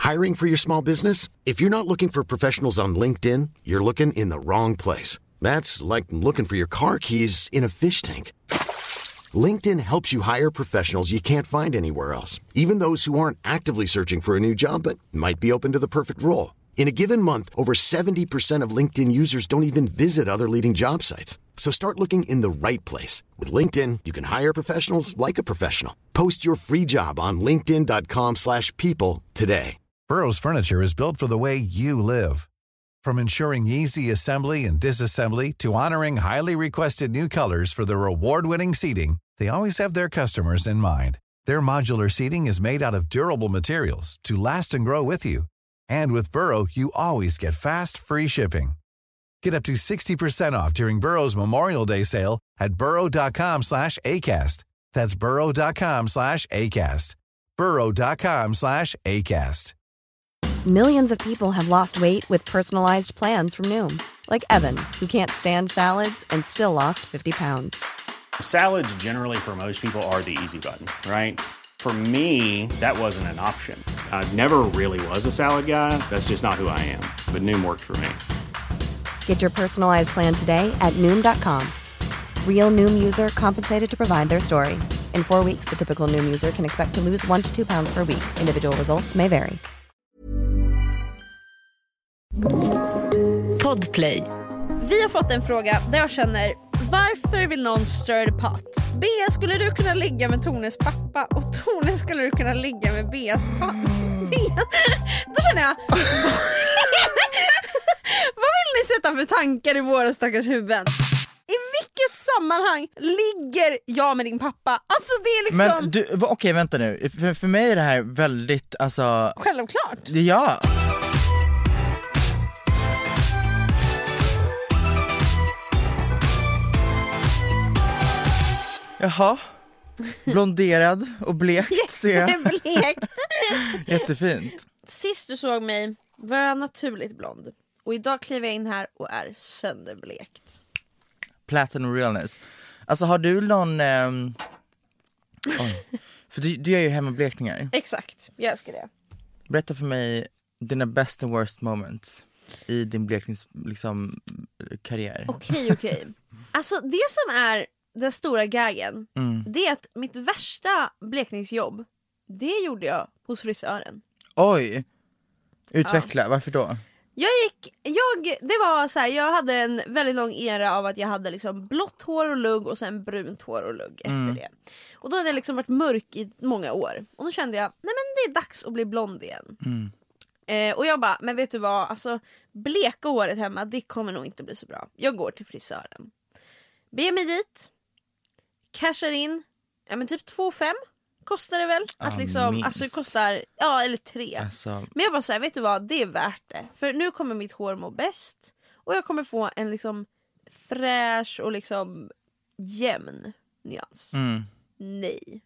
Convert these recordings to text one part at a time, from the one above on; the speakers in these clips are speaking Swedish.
Hiring for your small business? If you're not looking for professionals on LinkedIn, you're looking in the wrong place. That's like looking for your car keys in a fish tank. LinkedIn helps you hire professionals you can't find anywhere else, even those who aren't actively searching for a new job but might be open to the perfect role. In a given month, over 70% of LinkedIn users don't even visit other leading job sites. So start looking in the right place. With LinkedIn, you can hire professionals like a professional. Post your free job on linkedin.com/people today. Burrow's furniture is built for the way you live. From ensuring easy assembly and disassembly to honoring highly requested new colors for their award-winning seating, they always have their customers in mind. Their modular seating is made out of durable materials to last and grow with you. And with Burrow, you always get fast, free shipping. Get up to 60% off during Burrow's Memorial Day sale at burrow.com/ACAST. That's burrow.com/ACAST. burrow.com/ACAST. Millions of people have lost weight with personalized plans from Noom. Like Evan, who can't stand salads and still lost 50 pounds. Salads generally for most people are the easy button, right? For me, that wasn't an option. I never really was a salad guy. That's just not who I am. But Noom worked for me. Get your personalized plan today at Noom.com. Real Noom user compensated to provide their story. In 4 weeks, the typical Noom user can expect to lose 1 to 2 pounds per week. Individual results may vary. Podplay. Vi har fått en fråga där jag känner: varför vill någon stir the pot? Bea, skulle du kunna ligga med Tones pappa? Och Tone, skulle du kunna ligga med Beas pappa? Då känner jag vad vill ni sätta för tankar i våra stackars huvuden? I vilket sammanhang ligger jag med din pappa? Alltså det är liksom... Men du, okej, vänta nu. För mig är det här väldigt, alltså... Självklart. Ja. Jaha. Blonderad och blekt ser jag. Blekt. Jättefint. Sist du såg mig var jag naturligt blond. Och idag kliver jag in här och är sönderblekt. Platinum realness. Alltså har du någon... För du gör ju hemmablekningar. Exakt, jag älskar det. Berätta för mig dina best and worst moments i din bleknings liksom, karriär. Okej. Alltså det som är den stora gaggen, det är att mitt värsta blekningsjobb, det gjorde jag hos frisören. Oj, utveckla, varför då? Det var så här, jag hade en väldigt lång era av att jag hade liksom blått hår och lugg och sen brunt hår och lugg efter det. Och då hade jag liksom varit mörk i många år. Och då kände jag, nej men det är dags att bli blond igen. Och jag bara, men vet du vad, alltså bleka håret hemma, det kommer nog inte bli så bra. Jag går till frisören. Be mig dit. Cashar in, ja men typ 2,5 kostar det väl? Att liksom, minst. alltså det kostar, ja eller 3. Alltså... Men jag bara säger, vet du vad, det är värt det. För nu kommer mitt hår må bäst. Och jag kommer få en liksom fräsch och liksom jämn nyans. Nej.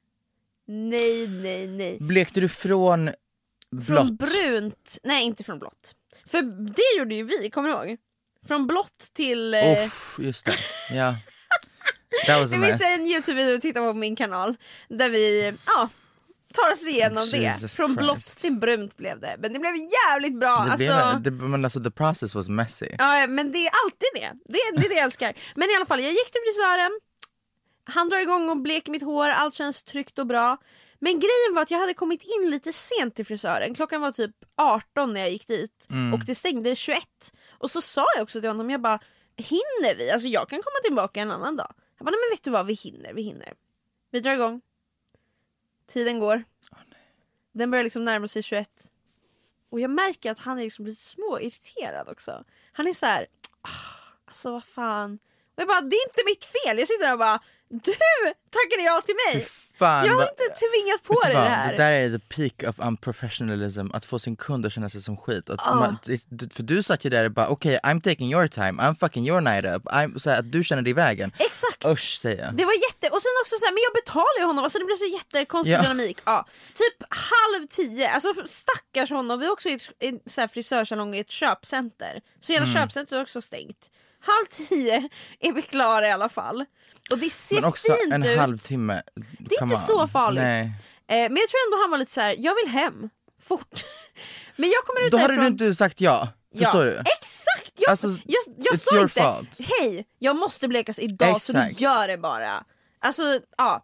Blekte du från blått? Från brunt, nej inte från blått. För det gjorde ju vi, kommer du ihåg? Från blått till... just det, ja. That was a mess. Vi ser en YouTube-video och tittar på min kanal där vi tar oss igenom det. Från blått till brunt blev det. Men det blev jävligt bra. Men alltså the process was messy. Ja, men det är alltid det. Det är det jag älskar. Men i alla fall, jag gick till frisören. Han drar igång och bleker mitt hår. Allt känns tryggt och bra. Men grejen var att jag hade kommit in lite sent till frisören. Klockan var typ 18 när jag gick dit. Och det stängde 21. Och så sa jag också till honom, jag bara, hinner vi? Alltså jag kan komma tillbaka en annan dag. Jag bara, nej men vet du vad, vi hinner. Vi drar igång. Tiden går. Den börjar liksom närma sig 21. Och jag märker att han är liksom lite små irriterad också. Han är så här, alltså vad fan. Och jag bara, det är inte mitt fel. Jag sitter där och bara, du tackade ja till mig. Fan, jag har inte tvingat på dig det här. Det där är the peak of unprofessionalism. Att få sin kund att känna sig som skit. För du satt ju där och bara, okej, I'm taking your time, I'm fucking your night up. Så här, att du känner dig i vägen. Exakt. Usch, säger jag. Det var och sen också så här, men jag betalar ju honom. Alltså det blir så jättekonstig dynamik. Ja. Typ 9:30. Alltså stackars honom. Vi är också i ett så här frisörsalong i ett köpcenter. Så hela köpcentret är också stängt. 9:30 är vi klara i alla fall. Och det ser men också fint en ut. halvtimme. Det är inte så farligt. Men jag tror ändå han var lite så här, jag vill hem fort. Men jag kommer ut Då därifrån... hade du inte sagt ja. Förstår du? Exakt! Jag it's sa your inte, fault. hej, jag måste blekas idag så du gör det bara. Alltså, ja.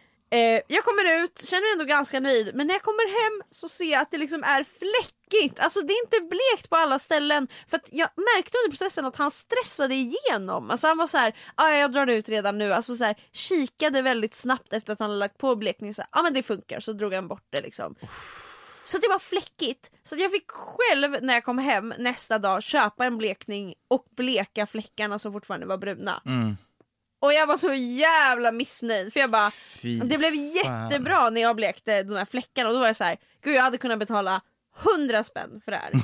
Jag kommer ut, känner mig ändå ganska nöjd. Men när jag kommer hem så ser jag att det liksom är fläckigt. Alltså det är inte blekt på alla ställen. För att jag märkte under processen att han stressade igenom. Alltså han var så här, jag drar ut redan nu. Alltså så här, kikade väldigt snabbt efter att han hade lagt på blekning. Så här, men det funkar, så drog han bort det liksom. Så det var fläckigt. Så jag fick själv när jag kom hem nästa dag köpa en blekning och bleka fläckarna som fortfarande var bruna. Och jag var så jävla missnöjd. För jag bara, det blev jättebra när jag blekte de här fläckarna. Och då var jag så här, gud jag hade kunnat betala 100 spänn för det här.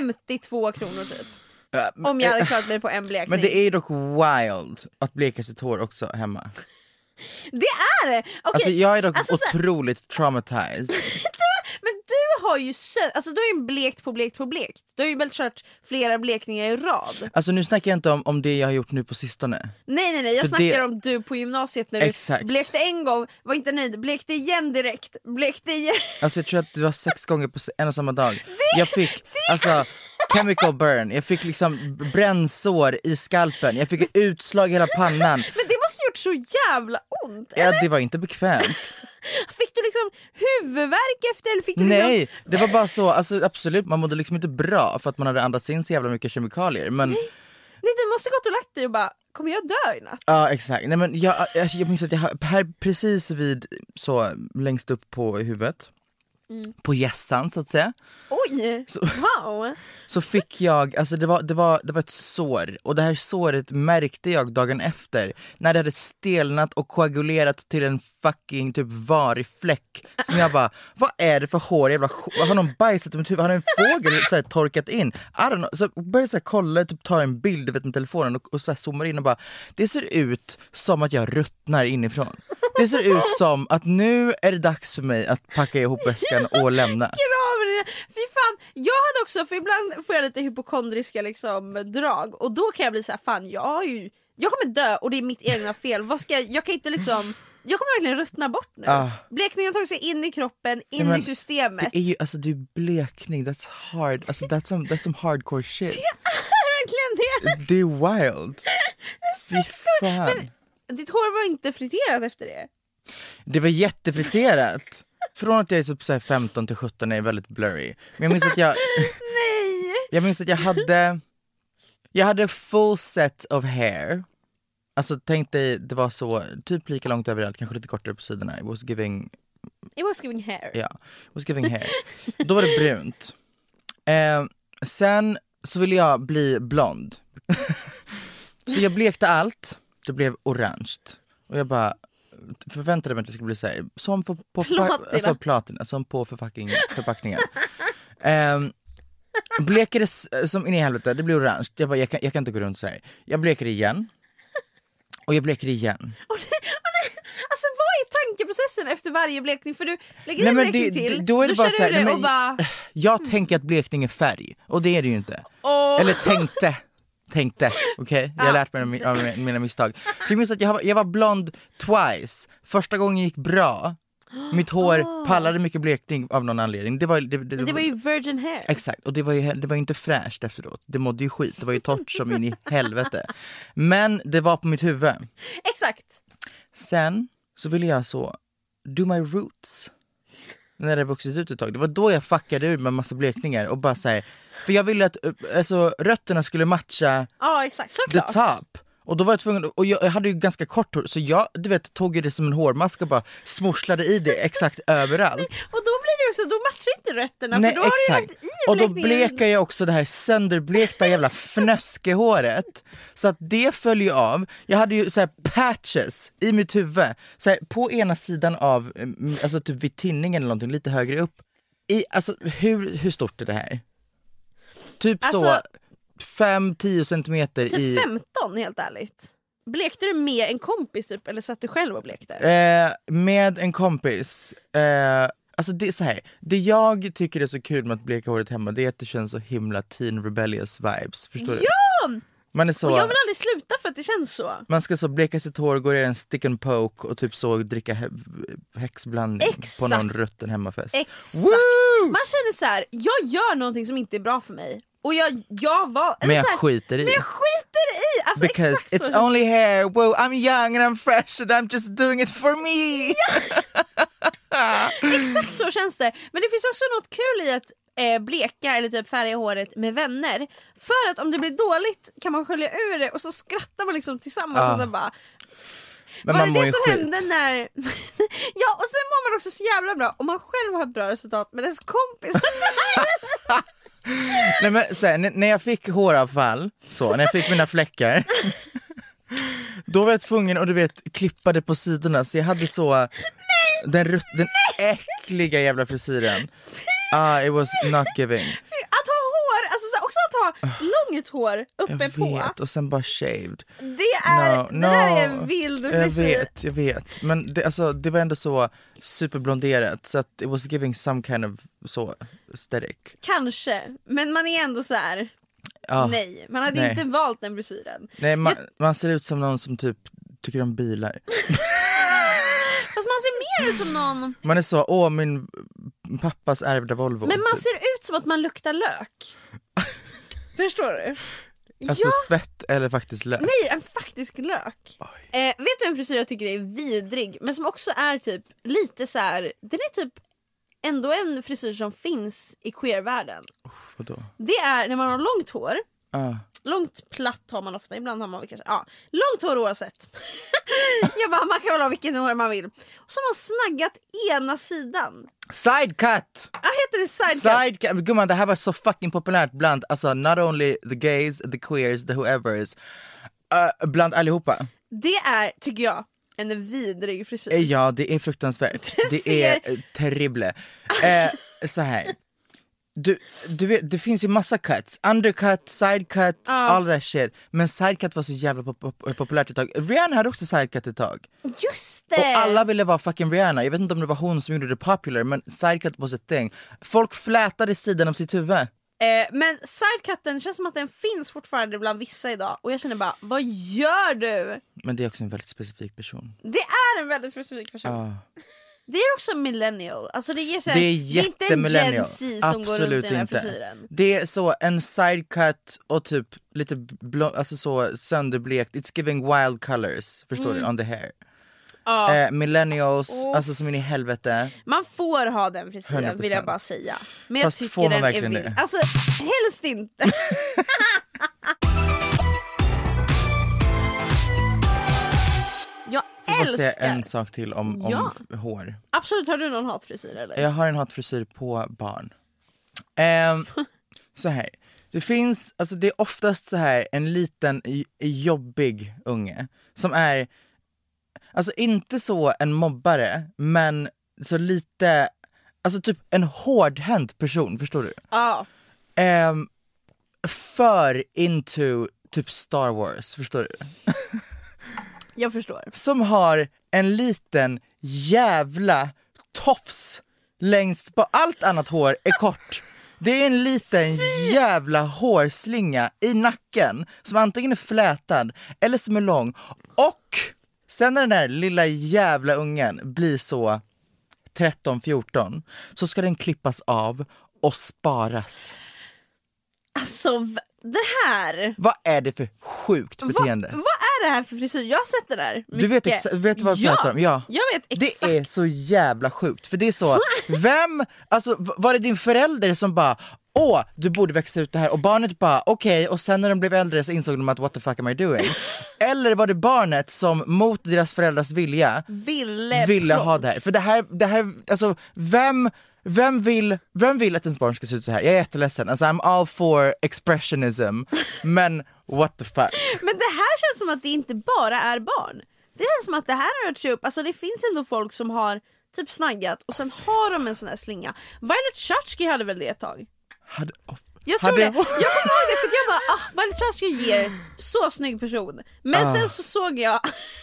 52 kronor typ. Om jag hade klarat mig på en blekning. Men det är dock wild att bleka sitt hår också hemma. Det är det! Okay. Alltså jag är dock otroligt traumatized. Men du har ju alltså du har ju blekt på blekt. Du har ju väl kört flera blekningar i rad. Alltså nu snackar jag inte om det jag har gjort nu på sistone. Nej, jag snackar om du på gymnasiet när Exakt. Du blekte en gång, var inte nöjd, blekte igen direkt, blekte igen. Alltså jag tror att det var 6 gånger på en och samma dag. Jag fick, alltså chemical burn, jag fick liksom brännsår i skalpen, jag fick ett utslag i hela pannan. Men det måste gjort så jävla ont, eller? Ja, det var inte bekvämt. Fick du liksom huvudvärk efter eller fick du liksom... Nej, det var bara så, alltså absolut, man mådde liksom inte bra för att man hade andats in så jävla mycket kemikalier, men... Nej, du måste gått och lagt dig och bara, kommer jag dö i natt? Ja, exakt. Nej men jag minns att jag här precis vid, så längst upp på huvudet, på hjässan så att säga. Oj, wow. Så fick jag, alltså det var ett sår, och det här såret märkte jag dagen efter när det hade stelnat och koagulerat till en fucking typ varig fläck. Som jag bara, vad är det för hår? Har någon bajsat i mitt huvud? Har en fågel så här torkat in? I don't know. Så började jag så här kolla, typ ta en bild med telefonen och så här zoomar in och bara, det ser ut som att jag ruttnar inifrån. Det ser ut som att nu är det dags för mig att packa ihop väskan och lämna. Fy fan, jag hade också, för ibland får jag lite hypokondriska liksom drag. Och då kan jag bli så här, fan jag kommer dö och det är mitt egna fel. Jag kan inte liksom, jag kommer verkligen ruttna bort nu. Blekningen har tagit sig in i kroppen, in i systemet. Det är ju, alltså det är blekning, that's hard. Alltså that's some hardcore shit. Det är verkligen det. Det är wild. Men ditt hår var inte friterat efter det? Det var jättefriterat. Från att jag är typ så här 15 till 17 är väldigt blurry. Men jag minns att Nej. Jag minns att jag hade full set of hair. Alltså tänk dig, det var så typ lika långt överallt, kanske lite kortare på sidorna. It was giving hair. Ja, it was giving hair. Då var det brunt. Sen så ville jag bli blond. Så jag blekte allt. Det blev orange. Och jag bara förväntade mig att det skulle bli så här, som på platina, som på förpackningen. Blekade som in i helvete, det blir orange. Jag bara, jag kan inte gå runt så här. Jag blekade igen. Och jag blekade igen. Alltså vad är tankeprocessen efter varje blekning? För du lägger en blekning till, då är det bara så här, det och bara... Jag tänker att blekning är färg, och det är det ju inte. Eller tänkte, okej? Jag har lärt mig av mina misstag. Jag minns att jag var blond twice. Första gången gick bra. Mitt hår pallade mycket blekning av någon anledning. Det var ju virgin hair. Exakt, och det var inte fräscht efteråt. Det mådde ju skit, det var ju torrt som in i helvete. Men det var på mitt huvud. Exakt. Sen så ville jag så do my roots. När det vuxit ut ett tag. Det var då jag fuckade ur med massa blekningar och bara så här, för jag ville att alltså, rötterna skulle matcha exakt, såklart. The top. Och då var jag tvungen, och jag hade ju ganska kort hår, så jag, du vet, tog det som en hårmask och bara smusslade i det exakt överallt. Och då blir det också, då matchar inte rötterna. Nej, för då exakt. har du lagt i och då blekar jag också det här sönderblekta jävla fnöskehåret. Så att det följer av. Jag hade ju så här patches i mitt huvud. Så här, på ena sidan av, alltså typ vid tinningen eller någonting, lite högre upp. Alltså hur stort är det här? Typ alltså, så 5-10 centimeter typ i... 15 helt ärligt. Blekte du med en kompis typ, eller satt du själv och blekte? Med en kompis. Alltså det är så här. Det jag tycker är så kul med att bleka håret hemma, det är att det känns så himla teen rebellious vibes. Förstår du? Ja! Man är så, och jag vill aldrig sluta för att det känns så. Man ska så bleka sitt hår, gå i en stick and poke och typ så dricka häxblandning på någon rutten hemmafest. Exakt. Woo! Man känner så här: jag gör någonting som inte är bra för mig. Och jag var... Men jag så här, skiter i. Men jag skiter i! Alltså, Because exakt it's så. only hair, wow, I'm young and I'm fresh and I'm just doing it for me. Exakt så känns det. Men det finns också något kul i att bleka eller typ färga håret med vänner. För att om det blir dåligt kan man skölja ur det och så skrattar man liksom tillsammans och så bara... Men var man det mår det som skit. hände när... Ja, och sen mår man också så jävla bra om man själv har ett bra resultat men ens kompis. Nej, men sen, när jag fick håravfall, så, när jag fick mina fläckar, då var jag tvungen och du vet klippa det på sidorna så jag hade så den äckliga jävla frisyren. It was not giving. Att ha hår, alltså så, också att ha långt hår uppe Jag på. vet, och sen bara shaved. Det här är en vild frisyr. Jag vet. Men det, alltså, det var ändå så superblonderat så att it was giving some kind of så aesthetic. Kanske, men man är ändå så här. Nej, man hade nej. inte valt den frisyren. Nej, man ser ut som någon som typ tycker om bilar. Fast man ser mer ut som någon. Man är så, min pappas ärvda Volvo. Men man typ. ser ut som att man luktar lök. Förstår du? Alltså svett eller faktiskt lök? Nej, en faktisk lök. Vet du en frisyr jag tycker är vidrig men som också är typ lite så här. Den är typ ändå en frisyr som finns i queervärlden. Vadå? Det är när man har långt hår. Långt platt har man ofta, ibland har man kanske långt hår oavsett. Jag bara, man kan väl ha vilken hår man vill. Och så har man snaggat ena sidan. Sidecut! Heter det sidecut? Sidecut, gumman, det här var så fucking populärt bland, alltså not only the gays, the queers, the whoever's, bland allihopa. Det är, tycker jag, en vidrig frisyr. Ja, det är fruktansvärt. Det är terrible. Så här. Du vet, det finns ju massa cuts, undercut, sidecut, all that shit. Men sidecut var så jävla populärt ett tag. Rihanna hade också sidecut ett tag. Just det! Och alla ville vara fucking Rihanna. Jag vet inte om det var hon som gjorde det popular, men sidecut was a thing. Folk flätade sidan av sitt huvud. Men sidecutten känns som att den finns fortfarande bland vissa idag. Och jag känner bara, vad gör du? Men det är också en väldigt specifik person. Det är en väldigt specifik person. Det är också millennial. Alltså det är, så här, det är jättemillennial. Gen Z som absolut går runt i den här inte. frisyren. Det är så en sidecut och typ lite alltså så sönderblekt. It's giving wild colors, förstår du, on the hair. Millennials, alltså som in i helvete. Man får ha den frisyren 100%. Vill jag bara säga. Men fast jag får tycker man den är verkligen vild. det? Alltså helst inte. Jag Jag måste säga älskar. en sak till om hår. Absolut, har du någon hatfrisyr eller? Jag har en hatfrisyr på barn. Så här. Det finns, alltså det är oftast så här en liten jobbig unge som är, alltså inte så en mobbare, men så lite, alltså typ en hårdhänt person, förstår du? Ja. För into typ Star Wars, förstår du? Jag förstår. Som har en liten jävla tofs längst på, allt annat hår är kort. Det är en liten jävla hårslinga i nacken som antingen är flätad eller som är lång. Och sen när den där lilla jävla ungen blir så 13-14 så ska den klippas av och sparas. Alltså det här. Vad är det för sjukt beteende? Vad är det här för frisyr? Jag har sett det där mycket. Du vet vad jag pratar om? Ja. Jag vet exakt. Det är så jävla sjukt, för det är så, alltså var det din förälder som bara, du borde växa ut det här, och barnet bara okej, och sen när de blev äldre så insåg de att what the fuck am I doing? Eller var det barnet som mot deras föräldrars vilja ville ha det här? För det här, alltså vem vill att ens barn ska se ut så här? Jag är jätteledsen, alltså I'm all for expressionism, men what the fuck? Men det här känns som att det inte bara är barn. Det känns som att det här har rört sig upp. Alltså det finns ändå folk som har typ snaggat och sen har de en sån här slinga. Violet Chachki hade väl det ett tag? Jag tror det. Jag kommer ihåg det för att jag bara, Violet Chachki ger så snygg person. Men sen så såg jag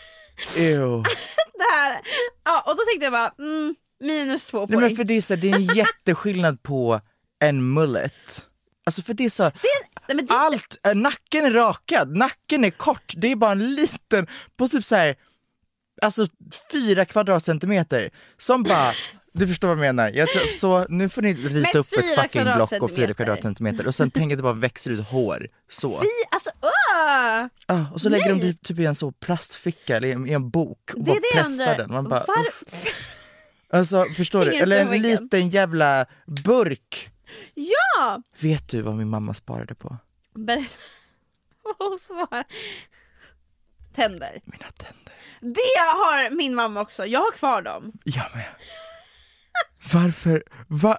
det här. Och då tänkte jag bara, -2 poäng. Nej, men för det är en jätteskillnad på en mullet Alltså för det är så, allt, nacken är rakad, nacken är kort, det är bara en liten, på typ så här, alltså 4 kvadratcentimeter som bara, du förstår vad jag menar. Jag tror, så nu får ni rita upp ett fucking block och 4 kvadratcentimeter och sen tänker att det bara växer ut hår. Så. Alltså, och så lägger de typ i en så plastficka eller i en bok och bara pressar den. Man bara, alltså förstår du? Eller en liten jävla burk. Ja! Vet du vad min mamma sparade på? Vad svarar? Tänder. Mina tänder. Det har min mamma också, jag har kvar dem. Jag med. Varför? Vad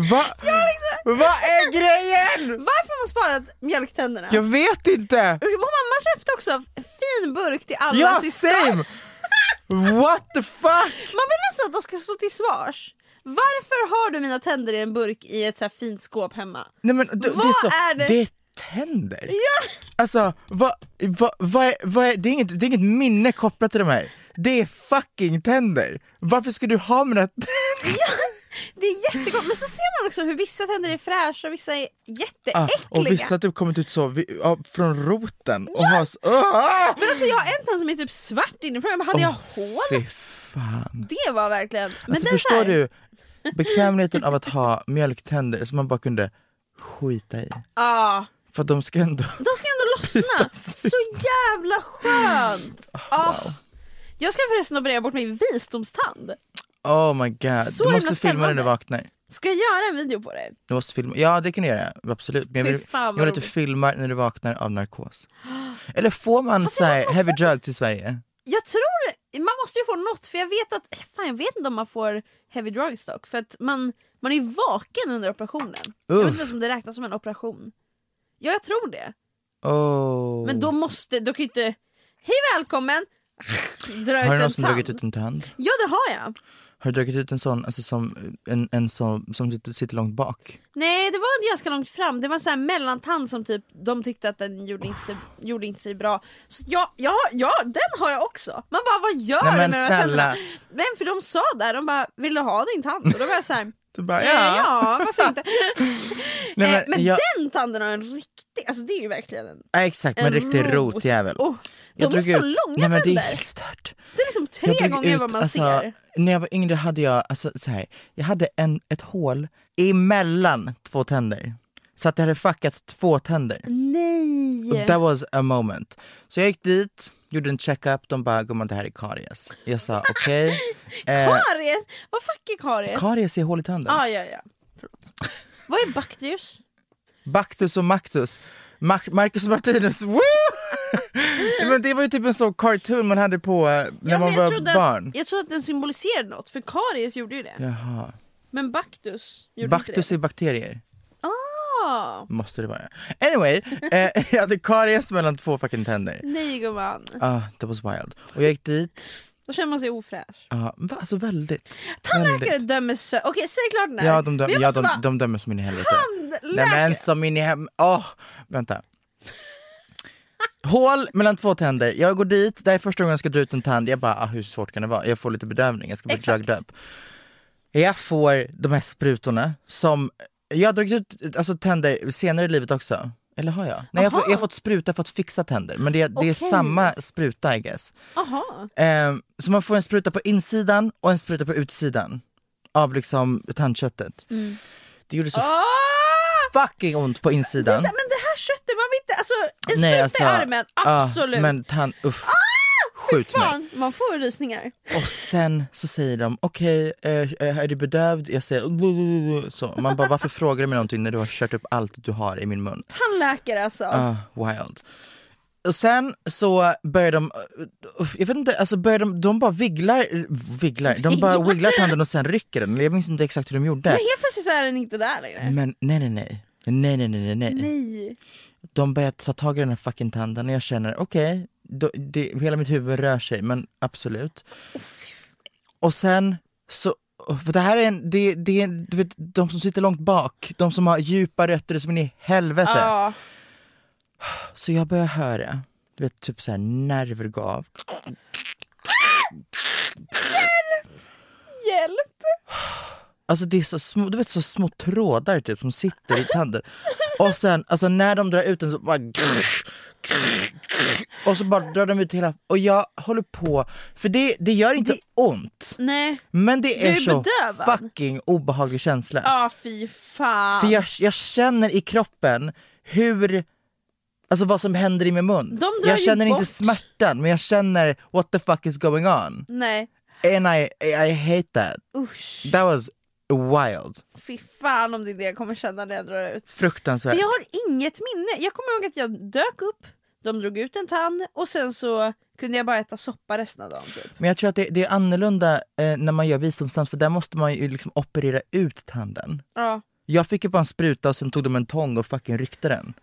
är grejen? Varför har man sparat mjölktänderna? Jag vet inte. Mamma köpte också en fin burk till alla syskon. Same. What the fuck? Man vill nästan att de ska stå till svars. Varför har du mina tänder i en burk i ett så här fint skåp hemma? Nej men det är det är tänder. Ja. Alltså vad är det är inget minne kopplat till de här. Det är fucking tänder. Varför ska du ha mina tänder? Ja, det är jättegott. Men så ser man också hur vissa tänder är fräscha och vissa är jätteäckliga. Och vissa har typ kommit ut så från roten. Och Men alltså jag har en tand som är typ svart inifrån. Men hade jag hål? Fy fan. Det var verkligen. Men alltså, förstår du bekvämligheten av att ha mjölktänder som man bara kunde skita i. För de ska ändå lossna. Så jävla skönt. Wow. Jag ska förresten operera bort min visdomstand. Oh my god. Så du måste filma när du vaknar. Ska jag göra en video på det? Du måste filma. Ja, det kan du göra. Absolut. Men jag vill att du filmar när du vaknar av narkos. Eller får man så här heavy drug till Sverige? Jag tror man måste ju få något, för jag vet inte om man får heavy drugs dock, för att man är ju vaken under operationen. Jag vet inte om det räknas som en operation. Ja, jag tror det. Men då kan ju inte. Hej, välkommen. Har du någonsin dragit ut en tand? Ja, det har jag. Har du dragit ut en sån, alltså som en som sitter långt bak? Nej, det var ganska långt fram. Det var en sån här mellantand som typ de tyckte att den gjorde inte sig bra. Så ja, den har jag också. Man bara, vad gör du med tänderna? Men för de sa där, de bara, vill du ha din tand? Och då var jag så här, bara, ja, varför inte? Nej, men den tanden har en riktig, alltså det är ju verkligen exakt, en riktig rotjävel. De är så långa tänder. Men det är helt stört. Det är liksom 3 gånger vad man ser. När jag var yngre hade jag, alltså så här, jag hade ett hål emellan 2 tänder. Så att jag hade fuckat 2 tänder. Nej. That was a moment. Så jag gick dit, gjorde en check-up, de bara, gumman, det här är karies. Jag sa okej. Karies? Vad fuck är karies? Karies är hål i tanden. Ja. Förlåt. Vad är Bactius? Bactus och Mactus. Marcus Martinus. Woo! Men det var ju typ en sån cartoon man hade på när man var barn. Jag trodde att den symboliserade något, för karies gjorde ju det. Jaha. Men Bactus gjorde Bactus inte det. är bakterier. Måste det vara. Anyway, jag hade karies mellan 2 fucking tänder. Nej, gumman. That was wild. Och jag gick dit. Då känner man sig ofräsch. Alltså väldigt. Tandläkare dömer så. Okej, säg klart den här. Ja, de dömer som in i helvete. Nej, men som in i vänta. Hål mellan 2 tänder. Jag går dit, det är första gången jag ska dra ut en tand. Jag bara, hur svårt kan det vara? Jag får lite bedövning, jag ska bli drugged up. Jag får de här sprutorna som jag har dragit ut, alltså tänder senare i livet också. Eller har jag? Nej, jag har fått spruta för att fixa tänder. Men det är samma spruta, I guess. Så man får en spruta på insidan och en spruta på utsidan av liksom tandköttet. Det gjorde så fucking ont på insidan. Men det här köttet, man vill inte, alltså en spruta i armen, absolut. Men skjut mig. Man får rysningar. Och sen så säger de, okej, är du bedövd? Jag säger så. Man bara, varför frågar du mig någonting när du har kört upp allt du har i min mun? Tandläkare alltså. Wild. Och sen så börjar de, jag vet inte, alltså börjar de bara vigglar. De bara wigglar tanden och sen rycker den. Jag minns inte exakt hur de gjorde. Men helt plötsligt så är den inte där längre. Men nej. De börjar ta tag i den här fucking tanden och jag känner, okej, hela mitt huvud rör sig, men absolut. Och sen så, för det här är du vet, de som sitter långt bak, de som har djupa rötter som är i helvete. Så jag börjar höra, du vet, typ så här nerver gå av. Hjälp! alltså det är så små, du vet så små trådar typ som sitter i tanden. Och sen, alltså när de drar ut den så bara och så bara drar de ut hela, och jag håller på, för det gör inte ont. Nej. Men det är så bedövad. fucking obehaglig känsla. Ja, fy fan. För jag känner i kroppen hur, alltså vad som händer i min mun. Jag känner inte smärtan, men jag känner what the fuck is going on. Nej. And I hate that. Usch. That was wild. Fy fan om det är det jag kommer känna när jag drar ut. Fruktansvärt. För jag har inget minne. Jag kommer ihåg att jag dök upp, de drog ut en tand och sen så kunde jag bara äta soppa resten av dagen typ. Men jag tror att det är annorlunda när man gör visdomstand, för där måste man ju liksom operera ut tanden. Ja. Jag fick ju bara en spruta och sen tog de en tång och fucking ryckte den.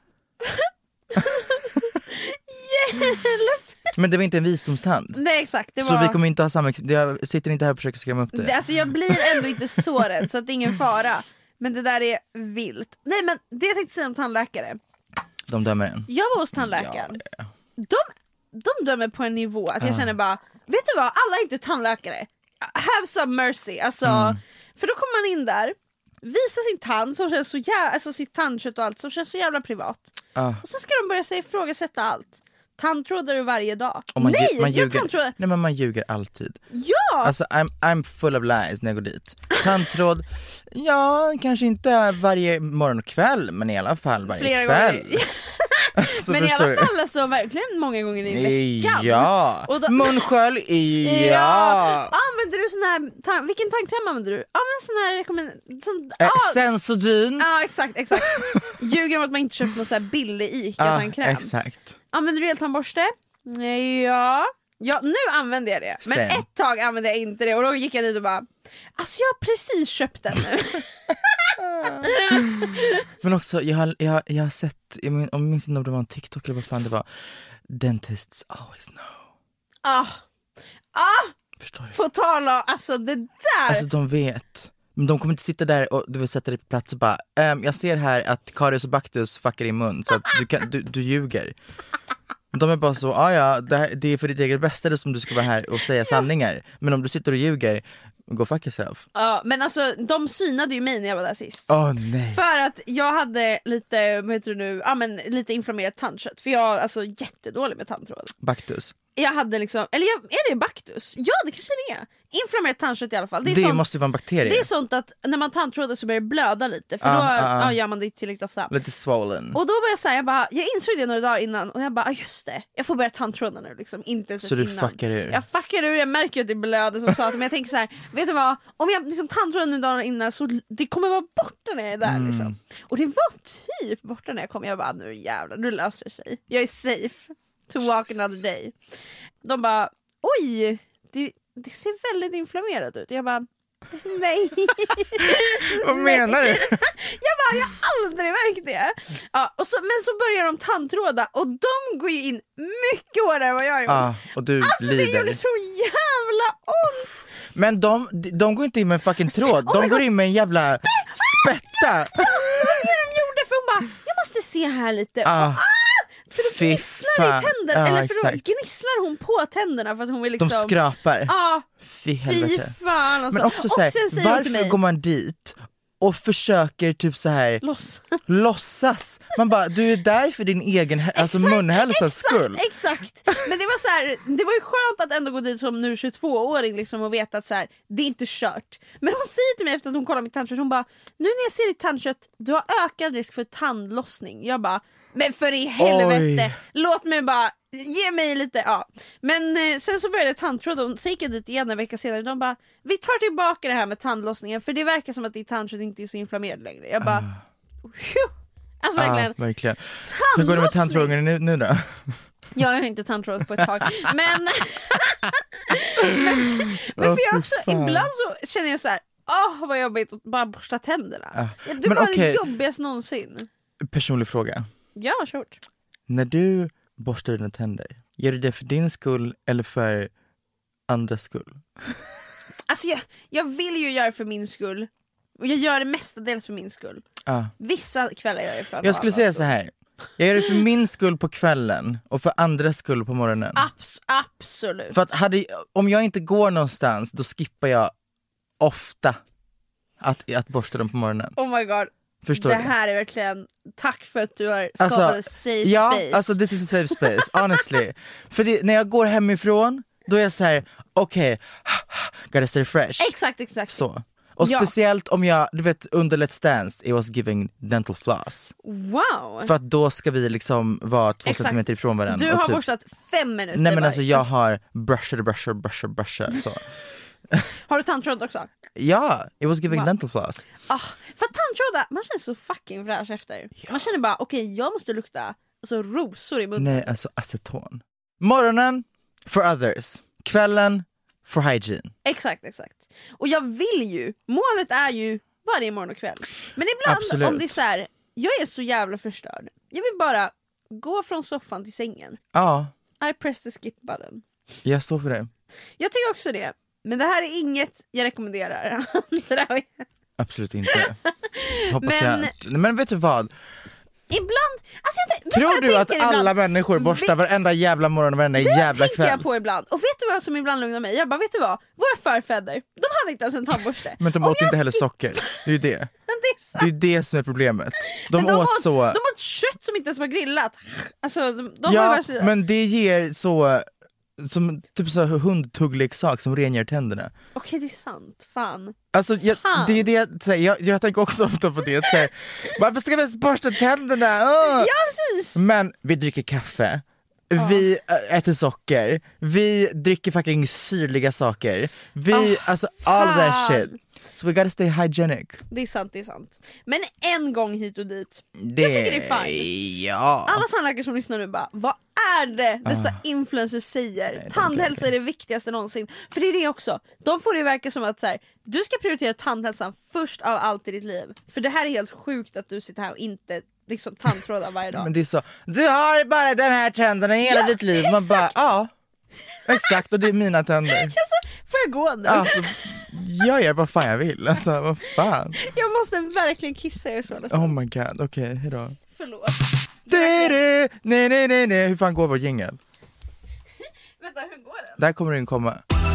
Hjälp! Men det var inte en visdomstand. Nej exakt, det var... Så vi kommer inte ha samma, jag sitter inte här och försöker skrämma upp det. Alltså jag blir ändå inte så rädd så att det är ingen fara. Men det där är vilt. Nej men det jag tänkte säga om tandläkare. De dömer en. Jag var hos tandläkaren. Ja. De dömer på en nivå att jag känner bara, vet du vad, alla är inte tandläkare. Have some mercy. Alltså, för då kommer man in där, visar sin tand som känns så jävla, alltså sitt tandkött och allt som känns så jävla privat. Och sen ska de börja sig ifrågasätta allt. Tandtrådar du varje dag? Man Nej, ljuger. Nej, men man ljuger alltid. Ja! Alltså I'm full of lies när jag går dit. Tandtråd, ja kanske inte varje morgon och kväll, men i alla fall varje flera kväll. Gånger. Men i alla fall alltså verkligen många gånger i veckan. Ja, och då... munskölj, ja. Använder du sån här, vilken tandkräm använder du? Ja men sån här Sensodyne. Ja exakt. Ljuger om att man inte köpt någon sån här billig ICA-tandkräm. Exakt. Använder du eltandborste? Ja, nu använder jag det. Men ett tag använde jag inte det. Och då gick jag dit och bara, alltså jag har precis köpt den nu. Men också, jag har sett, jag minns inte om det var en TikTok eller vad fan det var. Dentists always know. Förstår du? På tal om, alltså det där. Alltså de vet. Men de kommer inte sitta där och du vill sätta dig på plats och bara jag ser här att Karius och Baktus fuckar i mun så att du ljuger. De är bara så, det är för ditt eget bästa som du ska vara här och säga sanningar. Men om du sitter och ljuger, go fuck yourself. Ja, men alltså de synade ju mig när jag var där sist. Nej. För att jag hade lite, vad heter det nu, lite inflammerat tandkött. För jag är alltså jättedålig med tandtråd. Baktus. Jag hade liksom, är det baktus? Ja det kanske det är. Inflammerat tandkött i alla fall. Det måste vara en bakterie. Det är sånt att när man tandtrådar så börjar det blöda lite. För då gör man det tillräckligt ofta. Lite swollen. Och då var jag såhär, jag insåg det några dagar innan. Och jag bara, just det, jag får börja tandtråda nu liksom. Inte så du innan. fuckar ur? Jag fuckar ur, jag märker att det blöder som satan. Men jag tänker så här, vet du vad? Om jag liksom tandtrådar några dagar innan så det kommer vara borta när jag är där liksom. Och det var typ borta när jag kom. Jag bara, nu jävlar, nu löser det sig. Jag är safe to walk another day. De bara, oj, det ser väldigt inflammerat ut. Jag bara, nej. Vad menar du? Jag har aldrig märkt det. Ja, men så börjar de tandtråda och de går ju in mycket hårdare än vad jag gjorde. Och du alltså lider. Det gjorde så jävla ont. Men de går inte in med en fucking tråd. De går in med en jävla spätta. Ja, det var det de gjorde. För hon bara, jag måste se här lite. För då gnisslar i tänderna. Eller för då gnisslar hon på tänderna för att hon vill liksom... De skrapar. Fy fan alltså. Men också såhär, varför går man dit och försöker typ så här låtsas. Man bara, du är där för din egen munhälsas skull. Exakt. Men det var så här, det var ju skönt att ändå gå dit som nu 22-åring liksom och veta att så här, det är inte kört. Men hon säger till mig efter att hon kollar mitt tandkött, hon bara, nu när jag ser ditt tandkött, du har ökad risk för tandlossning. Jag bara, men för i helvete, låt mig bara, ge mig lite, Men sen så började tandtråd och så gick jag dit igen en vecka senare. De bara, vi tar tillbaka det här med tandlossningen. För det verkar som att ditt tandkött inte är så inflammerad längre. Jag bara, alltså verkligen. Hur går det med tandtråden nu då? Jag har inte tandtråd på ett tag. Men för jag också, ibland så känner jag så här, vad jobbigt att bara borsta tänderna. Det var det jobbigaste någonsin. Personlig fråga. Ja, kört. När du borstar dina tänder, gör du det för din skull eller för andras skull? Alltså jag vill ju göra det för min skull. Och jag gör det mestadels för min skull. Vissa kvällar gör jag det för jag skulle säga så här. Jag gör det för min skull på kvällen och för andras skull på morgonen. Absolut. För att om jag inte går någonstans, då skippar jag ofta. att borsta dem på morgonen. Oh my god. Förstår det du? här är verkligen, tack för att du har skapat en safe space. Alltså this is a safe space, honestly. För när jag går hemifrån, då är jag så här: okej, gotta stay fresh. Exakt. Så. Och speciellt om jag, du vet, under Let's Dance, it was giving dental floss. Wow. För att då ska vi liksom vara 2 centimeter ifrån varandra. Du har borstat 5 minuter. Nej men alltså jag har brushat så. Har du tandtråd också? Ja, it was giving dental floss. För tandtrådar, man känner så fucking fräsch efter. Man känner bara, okej, jag måste lukta alltså, rosor i munnen. Nej, alltså aceton. Morgonen, for others. Kvällen, for hygiene. Exakt. Och jag vill ju, målet är ju varje morgon och kväll. Men ibland Absolut. om det är så här, jag är så jävla förstörd. Jag vill bara gå från soffan till sängen. Ja, I press the skip button. jag står för det. Jag tycker också det. Men det här är inget jag rekommenderar. Absolut inte. Hoppas Men- jag inte. Men vet du vad? Ibland, alltså Tror du att alla människor borstar varenda jävla morgon och varenda jävla tänker kväll? jag på ibland. Och vet du vad som ibland lugnar mig? Jag bara, vet du vad? Våra förfäder, de hade inte ens en tandborste. Men de Om åt jag inte heller skip- socker. Det är ju det. Men det är sant. Det är ju det som är problemet. De Men åt så... De åt kött som inte ens var grillat. Alltså, de var Ja, bara så... men det ger så... Som typ så hundtuggleksak som rengör tänderna. Okej, det är sant. Fan. Alltså Fan. det är det så här, jag tänker också ofta på det så här, varför ska vi borsta tänderna? Ja, precis. Men vi dricker kaffe, vi äter socker, vi dricker fucking syrliga saker, vi, alltså all that shit. So we gotta stay hygienic. Det är sant. Men en gång hit och dit. Det, jag tycker det är fine. Ja. Alla tandläkare som lyssnar nu bara, vad är det dessa influencers säger? Tandhälsa är det viktigaste någonsin. För det är det också. De får det verka som att så här, du ska prioritera tandhälsan först av allt i ditt liv. För det här är helt sjukt att du sitter här och inte liksom tandtrådar varje dag. Men det är så, du har bara den här tänderna hela ditt liv. Man bara, ja. Exakt, och det är mina tänder. Alltså, får jag gå nu? Alltså, jag gör vad fan jag vill, alltså vad fan. Jag måste verkligen kissa, jag är så ledsen. Oh my god, okej, hejdå. Förlåt. Nej, hur fan går vår jingle? Vänta, hur går den? Där kommer den komma.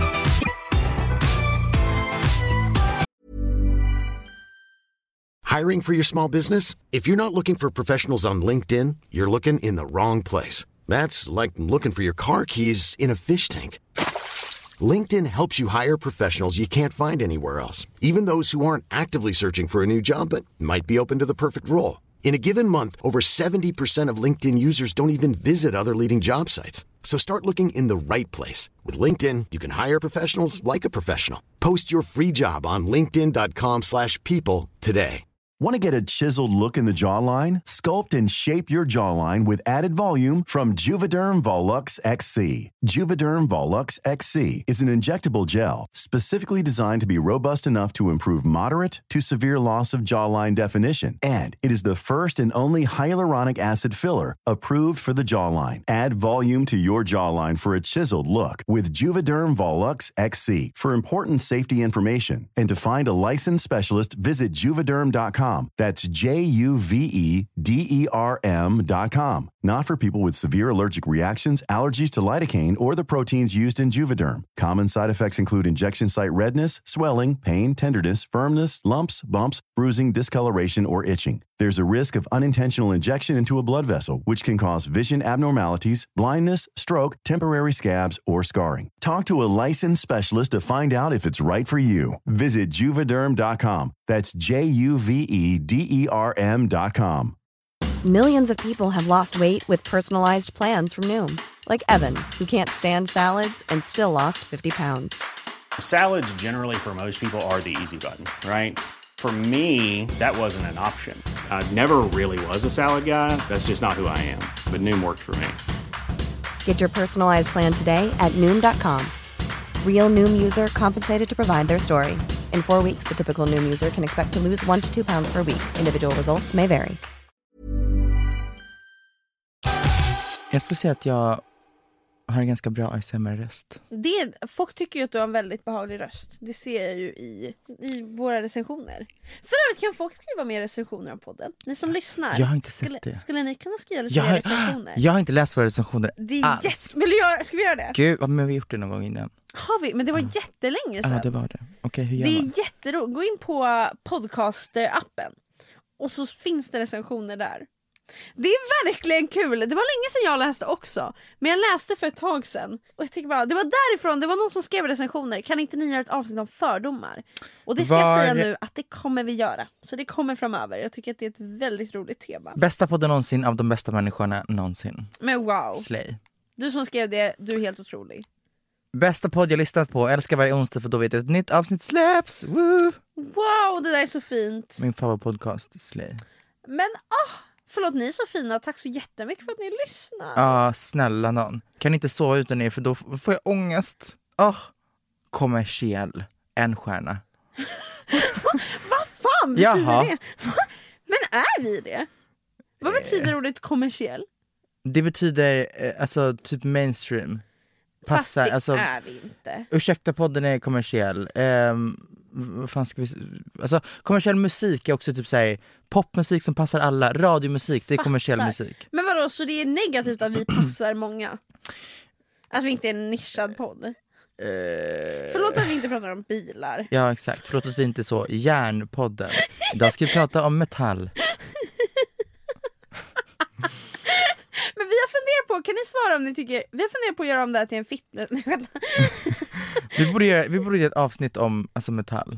Hiring for your small business? If you're not looking for professionals on LinkedIn, you're looking in the wrong place. That's like looking for your car keys in a fish tank. LinkedIn helps you hire professionals you can't find anywhere else, even those who aren't actively searching for a new job but might be open to the perfect role. In a given month, over 70% of LinkedIn users don't even visit other leading job sites. So start looking in the right place. With LinkedIn, you can hire professionals like a professional. Post your free job on linkedin.com/people today. Want to get a chiseled look in the jawline? Sculpt and shape your jawline with added volume from Juvederm Volux XC. Juvederm Volux XC is an injectable gel specifically designed to be robust enough to improve moderate to severe loss of jawline definition. And it is the first and only hyaluronic acid filler approved for the jawline. Add volume to your jawline for a chiseled look with Juvederm Volux XC. For important safety information and to find a licensed specialist, visit juvederm.com. That's JUVEDERM.com. Not for people with severe allergic reactions, allergies to lidocaine, or the proteins used in Juvederm. Common side effects include injection site redness, swelling, pain, tenderness, firmness, lumps, bumps, bruising, discoloration, or itching. There's a risk of unintentional injection into a blood vessel, which can cause vision abnormalities, blindness, stroke, temporary scabs, or scarring. Talk to a licensed specialist to find out if it's right for you. Visit Juvederm.com. That's JUVEDERM.com. Millions of people have lost weight with personalized plans from Noom. Like Evan, who can't stand salads and still lost 50 pounds. Salads generally for most people are the easy button, right? For me, that wasn't an option. I never really was a salad guy. That's just not who I am. But Noom worked for me. Get your personalized plan today at Noom.com. Real Noom user compensated to provide their story. In 4 weeks, the typical Noom user can expect to lose 1 to 2 pounds per week. Individual results may vary. Jag skulle säga att jag har en ganska bra ASMR-röst. Folk tycker ju att du har en väldigt behaglig röst. Det ser jag ju i våra recensioner. För övrigt kan folk skriva mer recensioner av podden. Ni som lyssnar. Jag har inte sett det. Skulle ni kunna skriva lite mer recensioner? Jag har inte läst våra recensioner alls. Ska vi göra det? Gud, men vi har gjort det någon gång innan. Har vi? Men det var jättelänge sedan. Ja, det var det. Okej, hur gör det man? är jätteroligt. Gå in på podcast-appen. Och så finns det recensioner där. Det är verkligen kul. Det var länge sedan jag läste också. Men jag läste för ett tag sedan. Och jag tycker bara, det var därifrån. Det var någon som skrev recensioner. Kan inte ni göra ett avsnitt om fördomar? Och det ska jag säga nu att det kommer vi göra. Så det kommer framöver. Jag tycker att det är ett väldigt roligt tema. Bästa podden någonsin av de bästa människorna någonsin. Men wow. Slay. Du som skrev det, du är helt otrolig. Bästa podd jag lyssnat på. Älskar varje onsdag för då vet jag ett nytt avsnitt släpps. Woo! Wow, det där är så fint. Min favoritpodcast, Slay. Men förlåt, ni är så fina. Tack så jättemycket för att ni lyssnar. Ja, snälla någon. Kan inte sova utan er för då får jag ångest. Kommersiell. 1 stjärna. Vad fan betyder Jaha. det? Men är vi det? Vad betyder ordet kommersiell? Det betyder alltså typ mainstream. Fast det alltså, är vi inte. Ursäkta, podden är kommersiell. Vad fan ska vi... Alltså, kommersiell musik är också typ såhär popmusik som passar alla. Radiomusik, det är kommersiell musik. Men vadå, så det är negativt att vi passar många? Att vi inte är en nischad podd? Förlåt att vi inte pratar om bilar. Ja, exakt. Förlåt att vi inte är så järnpodden. Idag ska vi prata om metall. Men vi har funderat på, kan ni svara om ni tycker... Vi har funderat på att göra om det här till en fitness. vi borde göra ett avsnitt om alltså, metall.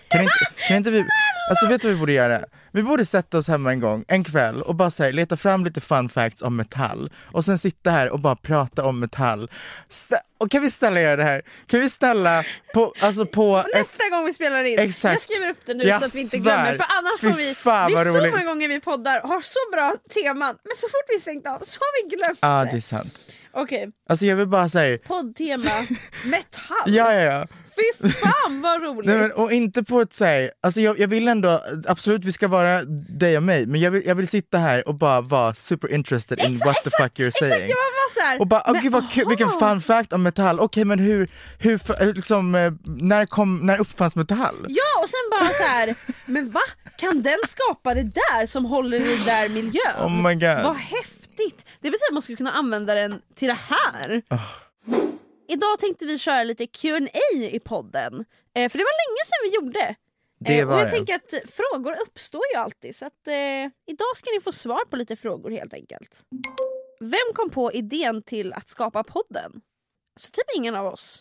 Kan inte vi... Alltså vet du vad vi borde göra? Vi borde sätta oss hemma en kväll och bara så här, leta fram lite fun facts om metall. Och sen sitta här och bara prata om metall. Och kan vi göra det här? Kan vi ställa på nästa gång vi spelar in. Exakt. Jag skriver upp det nu så att vi inte glömmer. För annars får vi... Det är så många gånger vi poddar har så bra teman. Men så fort vi stängt av så har vi glömt det. Ja, det är sant. Okej. Alltså jag vill bara säga poddtema metall. Ja. Fy fan vad roligt. Nej, men, och inte på ett såhär, alltså jag vill ändå, absolut vi ska vara dig och mig, men jag vill sitta här och bara vara super interested in what the fuck you're saying. Exakt, jag var så här, och bara, gud vad kul, vilken fun fact om metall. Okej, men hur liksom, när uppfanns metall? Ja, och sen bara så här, men va? Kan den skapa det där som håller i den där miljön? Oh my god. Vad häftigt. Det betyder att man skulle kunna använda den till det här. Idag tänkte vi köra lite Q&A i podden. För det var länge sedan vi gjorde. Och jag tänker att frågor uppstår ju alltid. Så att idag ska ni få svar på lite frågor helt enkelt. Vem kom på idén till att skapa podden? Så typ ingen av oss.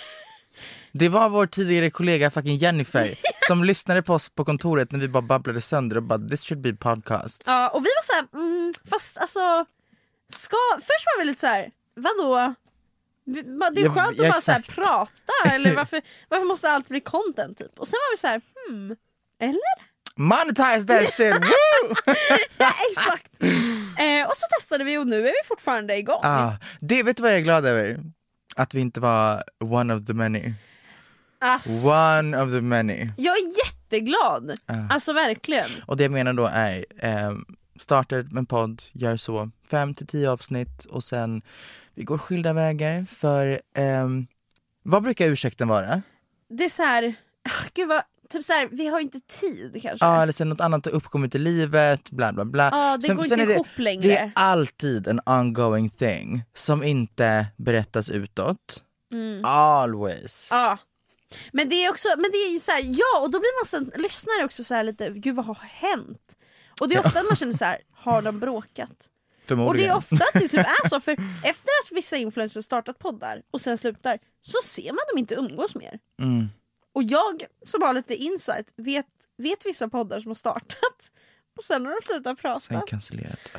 Det var vår tidigare kollega fucking Jennifer som lyssnade på oss på kontoret när vi bara babblade sönder och bara this should be podcast. Ja, och vi var så här, fast alltså först var vi lite så här, vadå? Det är skönt att bara så här prata. Eller varför måste allt bli content typ? Och sen var vi så här, eller? Monetize that shit, woo! Ja, exakt. Och så testade vi och nu är vi fortfarande igång. Det vet du vad jag är glad över? Att vi inte var one of the many. One of the many. Jag är jätteglad. Alltså verkligen. Och det jag menar då är startar med en podd, gör så 5-10 avsnitt och sen vi går skilda vägar för vad brukar ursäkten vara? Det är så här, gud vad, typ så här, vi har inte tid kanske. Ja, eller sen något annat har uppkommit i livet, bla bla bla. Ja, det går inte ihop längre. Det är alltid en ongoing thing som inte berättas utåt. Always. Ja. Men det är också, men det är ju så här, ja, och då blir man lyssnare också så här lite, gud vad har hänt? Och det är ofta att man känner så här, har de bråkat? Och det är ofta att det typ är så, för efter att vissa influencers startat poddar och sen slutar, så ser man dem inte umgås mer. Och jag som har lite insight vet vissa poddar som har startat och sen har de slutat prata. Sen cancellerat.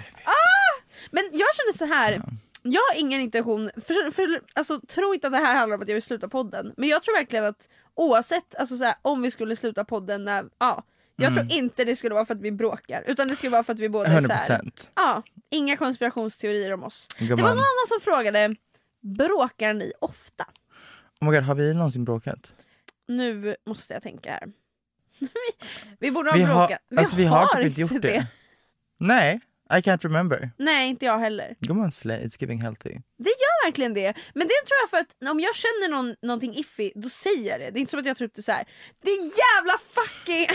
Men jag känner så här, jag har ingen intention alltså, tro inte att det här handlar om att jag vill sluta podden. Men jag tror verkligen att oavsett alltså, så här, om vi skulle sluta podden när, jag tror inte det skulle vara för att vi bråkar, utan det skulle vara för att vi båda är 100%. så här, inga konspirationsteorier om oss. Det var någon annan som frågade, bråkar ni ofta? Oh my god, har vi någonsin bråkat? Nu måste jag tänka här. Vi borde ha bråkat. Vi har typ inte gjort det. Nej. I can't remember. Nej, inte jag heller. Come on Slay, it's giving healthy. Det gör verkligen det. Men det tror jag för att om jag känner någonting iffy, då säger jag det. Det är inte som att jag tror upp det så här. Det är jävla fucking...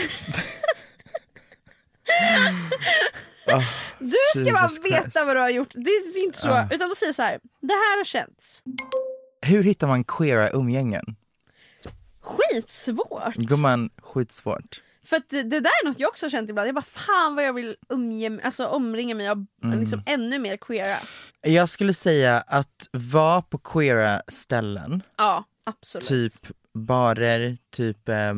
Du ska bara veta vad du har gjort. Det är inte så, utan då säger jag så här. Det här har känts. Hur hittar man queera umgängen? Skitsvårt. Gumman, skitsvårt. För att det där är något jag också har känt ibland. Jag bara fan vad jag vill omringa mig av liksom ännu mer queera. Jag skulle säga att vara på queera ställen. Ja, absolut. Typ barer, typ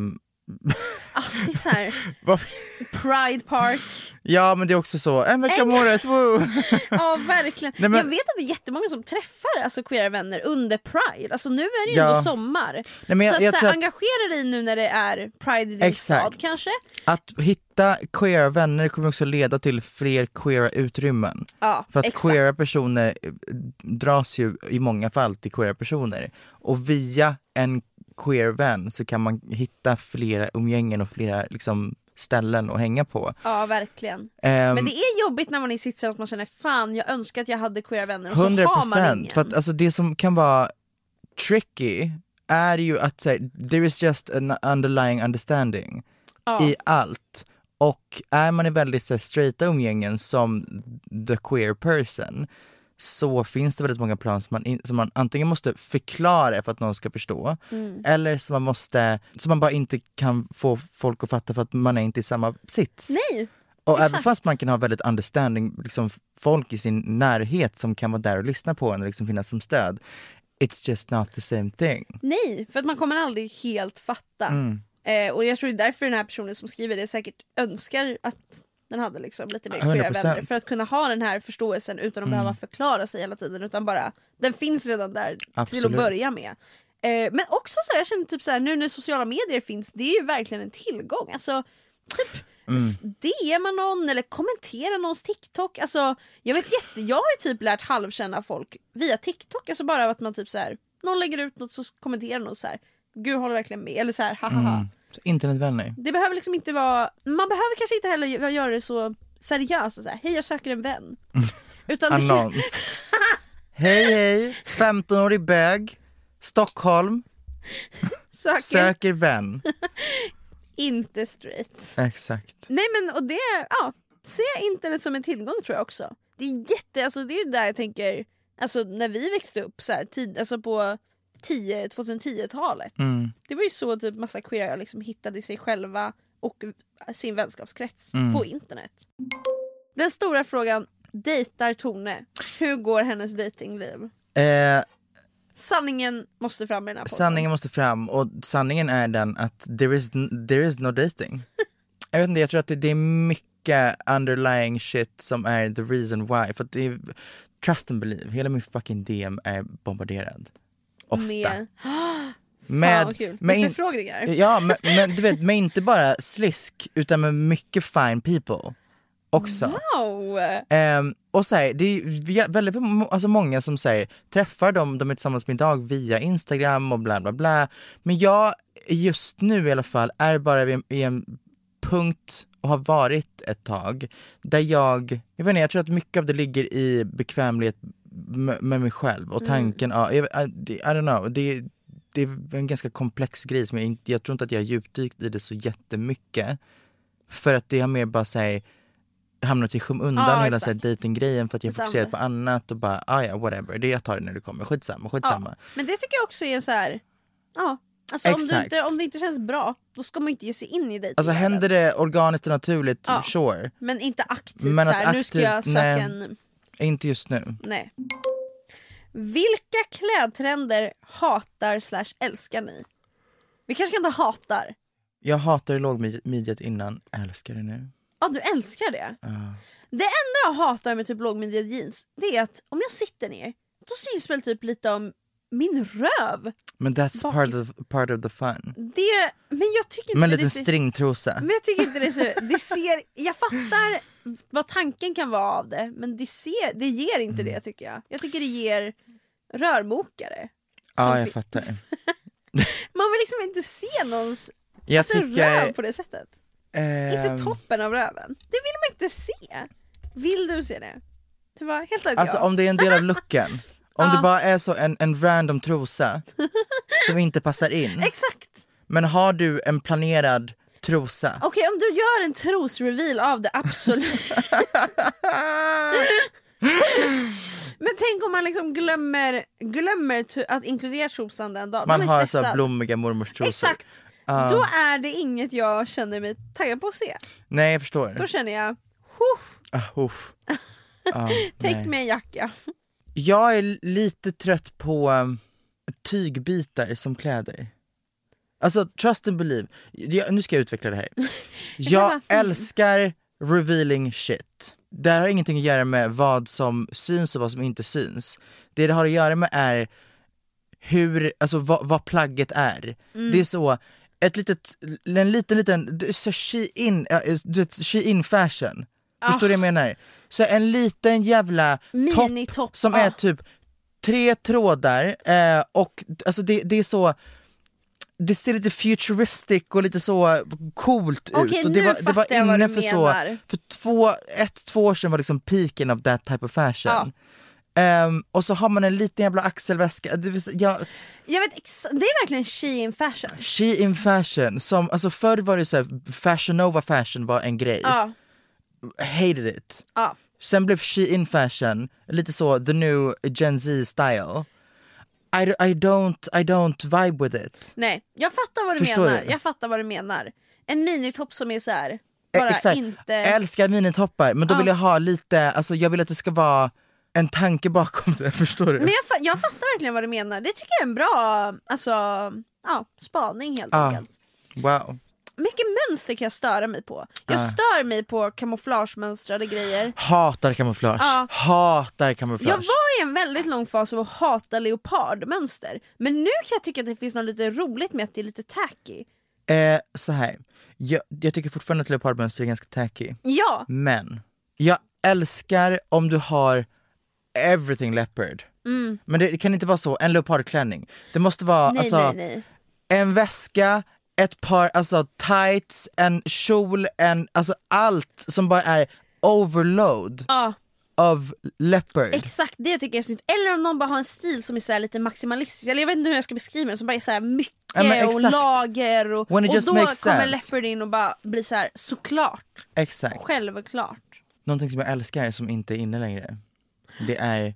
alltid så här. Pride Park. Ja, men det är också så. En vecka om året, woo! Ja, verkligen. Nej, men... Jag vet att det är jättemånga som träffar alltså queera vänner under Pride. Alltså nu är det ju ändå sommar. Nej, men så att engagera dig nu när det är Pride i din stad kanske. Att hitta queera vänner kommer också leda till fler queera utrymmen. Ja, för att queera personer dras ju i många fall till queera personer. Och via en queer vän så kan man hitta flera umgängen och flera liksom ställen att hänga på. Ja, verkligen. Men det är jobbigt när man är i sitt att man känner fan, jag önskar att jag hade queera vänner och 100%, så har man ingen. För att alltså, det som kan vara tricky är ju att säga, there is just an underlying understanding i allt. Och är man i väldigt så här, straighta umgängen som the queer person, så finns det väldigt många plan som man antingen måste förklara för att någon ska förstå, eller som man bara inte kan få folk att fatta för att man är inte i samma sits. Nej, och exakt. Även fast man kan ha väldigt understanding liksom, folk i sin närhet som kan vara där och lyssna på en och liksom finnas som stöd, it's just not the same thing. Nej, för att man kommer aldrig helt fatta. Och jag tror det är därför den här personen som skriver det säkert önskar att den hade liksom lite mer queera vänner, för att kunna ha den här förståelsen utan att behöva förklara sig hela tiden, utan bara, den finns redan där. Absolut. Till att börja med. Men också så här, jag känner typ så här, nu när sociala medier finns, det är ju verkligen en tillgång. Alltså typ DMa någon eller kommentera någons TikTok. Alltså jag har ju typ lärt halvkänna folk via TikTok, alltså bara att man typ så här, någon lägger ut något så kommenterar någon så här, gud håller verkligen med, eller så här hahaha. Internetvänner. Det behöver liksom inte vara, man behöver kanske inte heller göra det så seriöst så här, hej jag söker en vän. Utan annons. hej 15-årig bög, Stockholm, söker vän. Inte straight. Exakt. Nej men och det, se internet som en tillgång tror jag också. Det är alltså det är ju där jag tänker, alltså när vi växte upp så här, alltså på 2010-talet. Det var ju så typ massa queer liksom hittade sig själva och sin vänskapskrets på internet. Den stora frågan, dejtar Tone? Hur går hennes datingliv? Sanningen måste fram i den här podden. Sanningen måste fram, och sanningen är den att there is no dating. Jag vet inte, jag tror att det är mycket underlying shit som är the reason why. För att det är, trust and believe, hela min fucking DM är bombarderad. Ofta. Med förfrågningar. Ja, men du vet, med inte bara slisk utan med mycket fine people också. Wow. Och så här, det är väldigt alltså många som säger träffar de är tillsammans med idag via Instagram och bla bla bla. Men jag just nu i alla fall är bara i en punkt och har varit ett tag där jag vet inte, jag tror att mycket av det ligger i bekvämlighet med mig själv och tanken, I don't know, det är en ganska komplex grej som jag tror inte att jag har djupdykt i det så jättemycket, för att det har mer bara hamnat i skymundan hela datinggrejen, för att jag fokuserar på annat och bara, whatever, det jag tar det när det kommer, skitsamma. Men det tycker jag också är så här, alltså om det inte känns bra, då ska man inte ge sig in i dating. Alltså händer det organiskt och naturligt, sure. Men inte aktivt, men så här, nu ska jag söka en... Inte just nu. Nej. Vilka klädtrender hatar/älskar ni? Vi kanske inte hatar. Jag hatade lågmidjet innan, älskar det nu. Ja, du älskar det? Det enda jag hatar med typ lågmidjet jeans, det är att om jag sitter ner, då syns väl typ lite om min röv. Men that's part of the fun. Men jag tycker inte med en liten stringtrosa. Men jag tycker inte jag fattar vad tanken kan vara av det, men det ger inte det tycker jag. Jag tycker det ger rörmokare. Ja, jag fattar. Man vill liksom inte se någons röv på det sättet. Inte toppen av röven. Det vill man inte se. Vill du se det? Det var helt enkelt Alltså om det är en del av looken. Om det bara är så en random trosa som inte passar in. Exakt. Men har du en planerad trosa? Okej, om du gör en trosreveal av det, absolut. Men tänk om man liksom glömmer att inkludera trosan den dagen. Man har så blommiga mormors trosor. Exakt. Då är det inget jag känner mig taggad på att se. Nej, jag förstår. Då känner jag, tänk mig en jacka. Jag är lite trött på tygbitar som kläder. Alltså trust and believe. Nu ska jag utveckla det här. Jag älskar revealing shit. Det har ingenting att göra med vad som syns och vad som inte syns. Det har att göra med är hur, alltså vad plagget är. Det är så en liten så Shein fashion. Förstår du vad jag menar? Så en liten jävla topp som är typ 3 trådar och alltså det är så. Det ser lite futuristic och lite så coolt ut. Och det var inne för så. För 2 år sedan var liksom peaken of that type of fashion. Och så har man en liten jävla axelväska. Jag vet, det är verkligen Shein fashion. Shein fashion som, alltså förr var det så här, Fashion Nova fashion var en grej. Hated it. Sen blev Shein fashion lite så the new Gen Z style. I don't vibe with it. Nej, jag fattar vad du menar. Jag fattar vad du menar. En minitopp som är så här, bara exakt. inte. Jag älskar minitoppar, men då vill jag ha lite, alltså jag vill att det ska vara en tanke bakom det, förstår du? Men jag fattar verkligen vad du menar. Det tycker jag är en bra, alltså, spaning helt enkelt. Wow. Mycket mönster kan jag störa mig på. Jag stör mig på kamouflagemönstrade grejer. Hatar kamouflage. Hatar kamouflage. Jag var i en väldigt lång fas av att hata leopardmönster. Men nu kan jag tycka att det finns något lite roligt med att det är lite tacky. Så här. Jag tycker fortfarande att leopardmönster är ganska tacky. Ja. Men jag älskar om du har everything leopard. Men det kan inte vara så, en leopardklänning. Det måste vara nej. En väska, ett par alltså tights, en kjol, alltså allt som bara är overload of leopard. Exakt, det tycker jag är snyggt. Eller om någon bara har en stil som är så här lite maximalistisk. Eller jag vet inte hur jag ska beskriva det, som bara är så här mycket och lager och då kommer leopard in och bara blir så här, såklart. Exakt. Självklart. Någonting som jag älskar som inte är inne längre, det är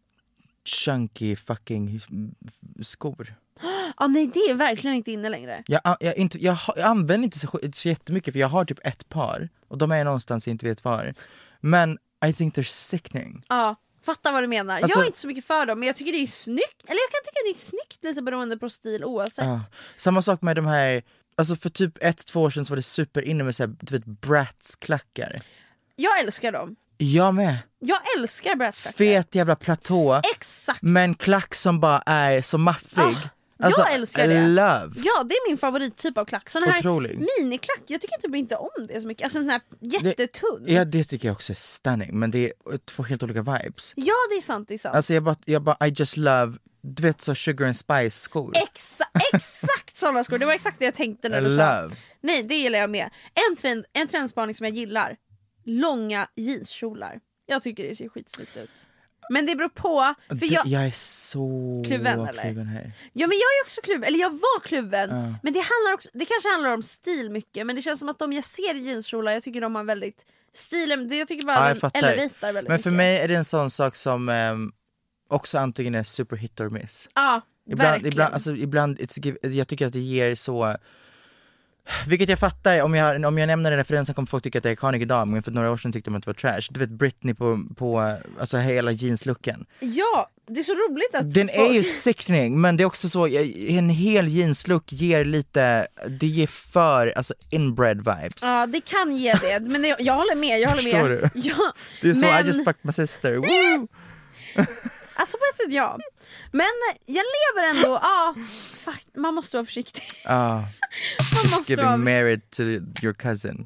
chunky fucking skor. Nej, det är verkligen inte inne längre. Jag använder inte så jättemycket, för jag har typ ett par och de är någonstans jag inte vet var. Men I think they're sickening. Fattar vad du menar. Alltså, jag är inte så mycket för dem, men jag tycker det är snyggt. Eller jag kan tycka det är snyggt lite beroende på stil oavsett. Samma sak med de här, alltså för typ 1-2 år sedan så var det super inne med så här, du vet, Bratz-klackar. Jag älskar dem. Jag med. Jag älskar Bratz-klackar. Fet jävla platå. Exakt. Men en klack som bara är så maffig. Alltså, jag älskar det. Love. Ja, det är min favorittyp av klack. Sån här otrolig miniklack, jag tycker typ inte om det så mycket. Alltså den här jättetunn. Det tycker jag också är stunning, men det är 2 helt olika vibes. Ja, det är sant. Alltså jag bara I just love, du vet, så Sugar and Spice skor. Exakt sådana skor, det var exakt det jag tänkte när du sa. Nej, det gillar jag med. En trendspaning som jag gillar, långa jeanskjolar. Jag tycker det ser skitsnyggt ut. Men det beror på, för jag är så kluven här. Ja, men jag är också kluven, eller jag var kluven. Men det kanske handlar om stil mycket. Men det känns som att de jag ser i jeanskjolar, jag tycker de har väldigt stilen, jag tycker bara de elevitar väldigt. Men för mycket. mig är det en sån sak som också antingen är super hit or miss. Ibland jag tycker att det ger så. Vilket jag fattar, om jag nämner den referensen kommer folk tycka att det är Carnegie Dam, men för några år sedan tyckte de att det var trash. Du vet Britney på alltså hela jeanslooken. Ja, det är så roligt att den är ju sickening, men det är också så, en hel jeanslook ger lite, det ger för alltså inbred vibes. Ja, det kan ge det, men jag håller med. Förstår du? Ja, det är så, I just fucked my sister. Woo! Alltså på ett sätt ja. Men jag lever ändå, man måste vara försiktig. It's giving married to your cousin.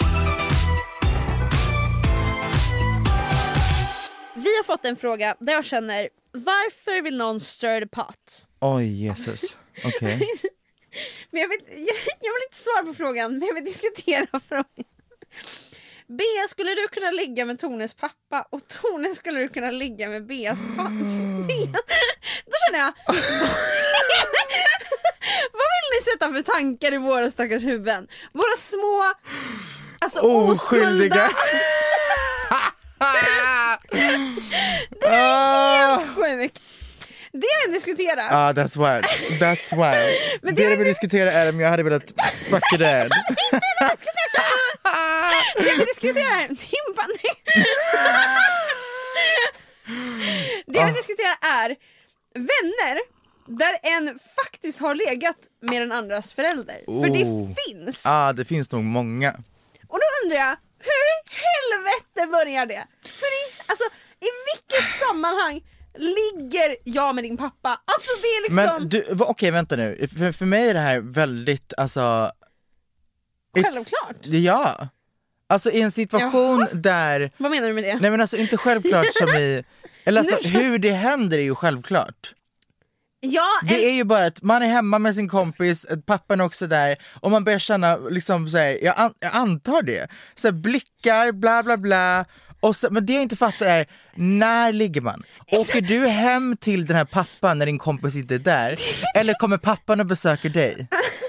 Vi har fått en fråga där jag känner, varför vill någon stir the pot? Oj, Jesus. Okej. Men jag vill inte svara på frågan, men jag vill diskutera frågan. Bea, skulle du kunna ligga med Tones pappa? Och Tone, skulle du kunna ligga med Beas pappa? Då känner jag vad vill ni sätta för tankar i våra stackars huvuden? Våra små, alltså oskyldiga. Det är helt sjukt. Det vi diskuterar. That's wild. That's wild. Men det vi diskuterar är om jag hade velat fucka dad. Det vi diskuterar är Det vi diskuterar är vänner där en faktiskt har legat med den andras förälder. För det finns. Det finns nog många. Och då undrar jag, hur i helvete börjar det? Alltså, i vilket sammanhang ligger jag med din pappa? Alltså det är liksom... Men okej, vänta nu. För mig är det här väldigt, alltså... Självklart? Ja. Alltså i en situation där... Vad menar du med det? Nej men alltså inte självklart som i... Eller alltså hur det händer är ju självklart. Ja, det är ju bara att man är hemma med sin kompis, pappan är också där, och man börjar känna liksom så här, jag antar det, så här, blickar, bla bla bla. Och så, men det jag inte fattar är, när ligger man? Åker du hem till den här pappan när din kompis inte är där? Eller kommer pappan och besöker dig?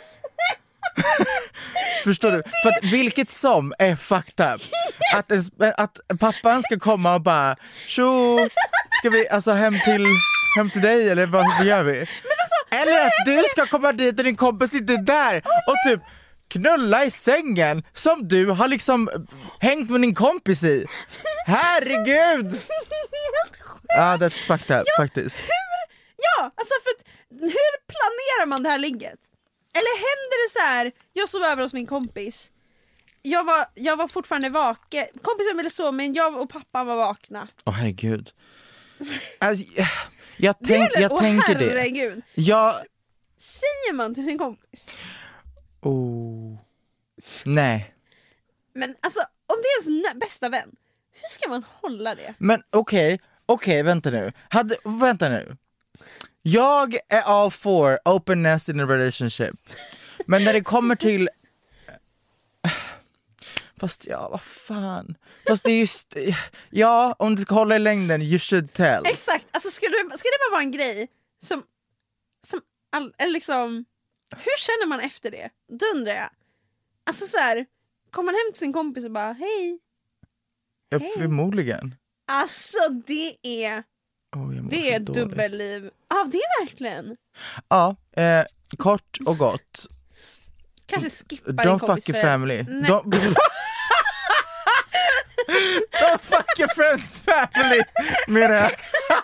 Förstår du? För att vilket som är fucked up. Att pappan ska komma och bara, tjo, ska vi alltså hem till dig eller vad gör vi? Eller att du ska komma dit och din kompis inte är där och typ knulla i sängen som du har liksom hängt med din kompis i. Herregud! That's fucked up faktiskt. Alltså för att, hur planerar man det här ligget? Eller händer det så här, jag sov över hos min kompis. Jag var fortfarande vaken. Kompisen ville sova men jag och pappan var vakna. Herregud. Alltså, jag tänker det. Herregud. Säger man till sin kompis? Nej. Men alltså, om det är ens bästa vän, hur ska man hålla det? Men okej, vänta nu. Jag är all for openness in a relationship. Men när det kommer till... Fast vad fan. Fast det är just... Ja, om du ska hålla i längden, you should tell. Exakt, alltså ska det bara vara en grej som liksom... Hur känner man efter det? Då undrar jag. Alltså så här, kommer man hem till sin kompis och bara, hej. Ja, förmodligen. Alltså det är... det är dubbelliv. Ja, det är verkligen. Ja, kort och gott. Kanske skippa din Don't kompis fuck your family. Don't fuck your friends family. Menar jag.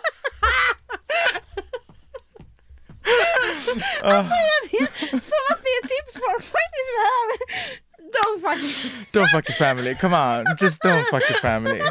Alltså som att det är tips på att faktiskt behöver. Don't fuck your family. Come on, just don't fuck your family.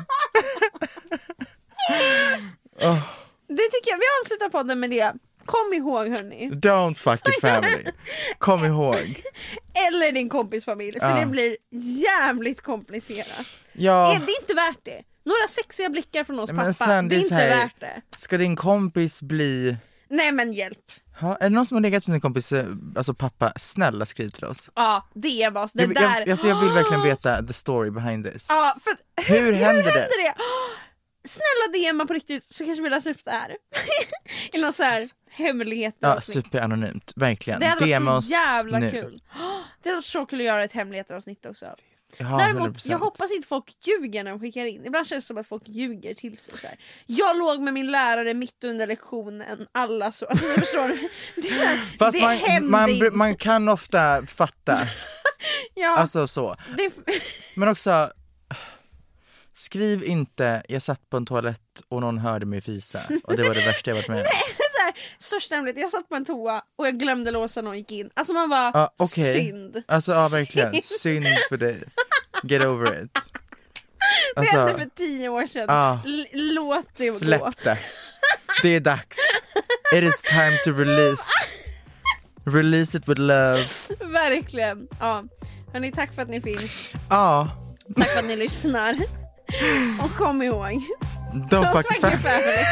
Det tycker jag, vi avslutar podden med det. Kom ihåg hörni. Don't fuck your family. Kom ihåg. Eller din kompis familj, för det blir jävligt komplicerat. Ja. Det är inte värt det. Några sexiga blickar från oss pappa, det är inte värt det. Ska din kompis bli... Nej men hjälp. Ja, är det någon som har legat med sin kompis, alltså pappa, snälla skriv till oss. Ja, det är vad. Jag vill verkligen veta the story behind this. Ja, för att, hur händer det? Snälla DMa på riktigt så kanske vi läser upp det här. I någon så här hemlighet. Ja, superanonymt, verkligen. Det hade DMa varit så jävla nu. Kul. Det hade varit så kul att göra ett hemlighetsavsnitt också. Ja, däremot, 100%. Jag hoppas inte folk ljuger när de skickar in. Ibland känns det som att folk ljuger till sig så här. Jag låg med min lärare mitt under lektionen. Alla så, alltså du förstår. Det är så här, fast det man kan ofta fatta. Ja, alltså så. Men också, skriv inte, jag satt på en toalett och någon hörde mig fisa. Och det var det värsta jag varit med. Nej, så här, största hemligt. Jag satt på en toa och jag glömde låsa och gick in. Alltså man bara, synd. Alltså verkligen, synd för dig. Get over it. Alltså, det hände för 10 år sedan. Låt det gå. Släpp det. Det är dags. It is time to release it with love. Verkligen. Ja. Hörrni, tack för att ni finns. Tack för att ni lyssnar. Och kom ihåg, Don't fuck your family.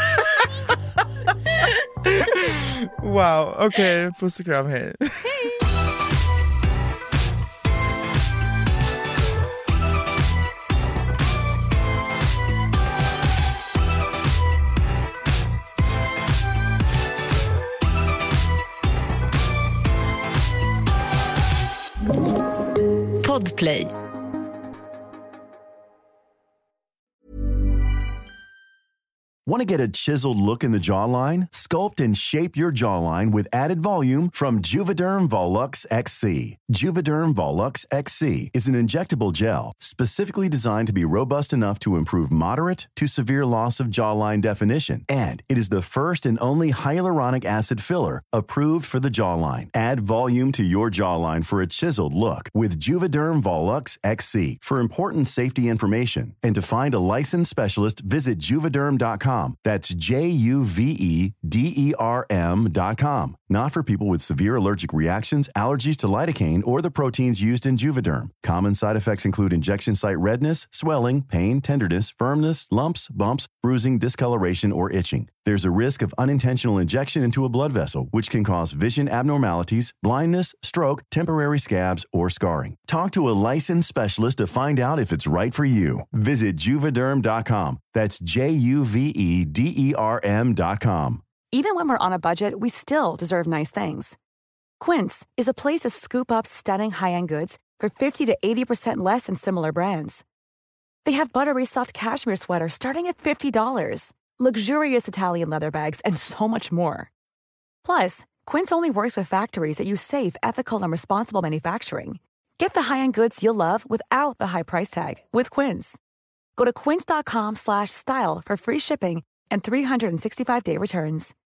Wow, okej, puss och kram, hej. Podplay. Want to get a chiseled look in the jawline? Sculpt and shape your jawline with added volume from Juvederm Volux XC. Juvederm Volux XC is an injectable gel specifically designed to be robust enough to improve moderate to severe loss of jawline definition. And it is the first and only hyaluronic acid filler approved for the jawline. Add volume to your jawline for a chiseled look with Juvederm Volux XC. For important safety information and to find a licensed specialist, visit juvederm.com. That's JUVEDERM.com. Not for people with severe allergic reactions, allergies to lidocaine, or the proteins used in Juvederm. Common side effects include injection site redness, swelling, pain, tenderness, firmness, lumps, bumps, bruising, discoloration, or itching. There's a risk of unintentional injection into a blood vessel, which can cause vision abnormalities, blindness, stroke, temporary scabs, or scarring. Talk to a licensed specialist to find out if it's right for you. Visit Juvederm.com. That's JUVEDERM.com. Even when we're on a budget, we still deserve nice things. Quince is a place to scoop up stunning high-end goods for 50 to 80% less than similar brands. They have buttery soft cashmere sweaters starting at $50, luxurious Italian leather bags, and so much more. Plus, Quince only works with factories that use safe, ethical, and responsible manufacturing. Get the high-end goods you'll love without the high price tag with Quince. Go to quince.com/style for free shipping and 365-day returns.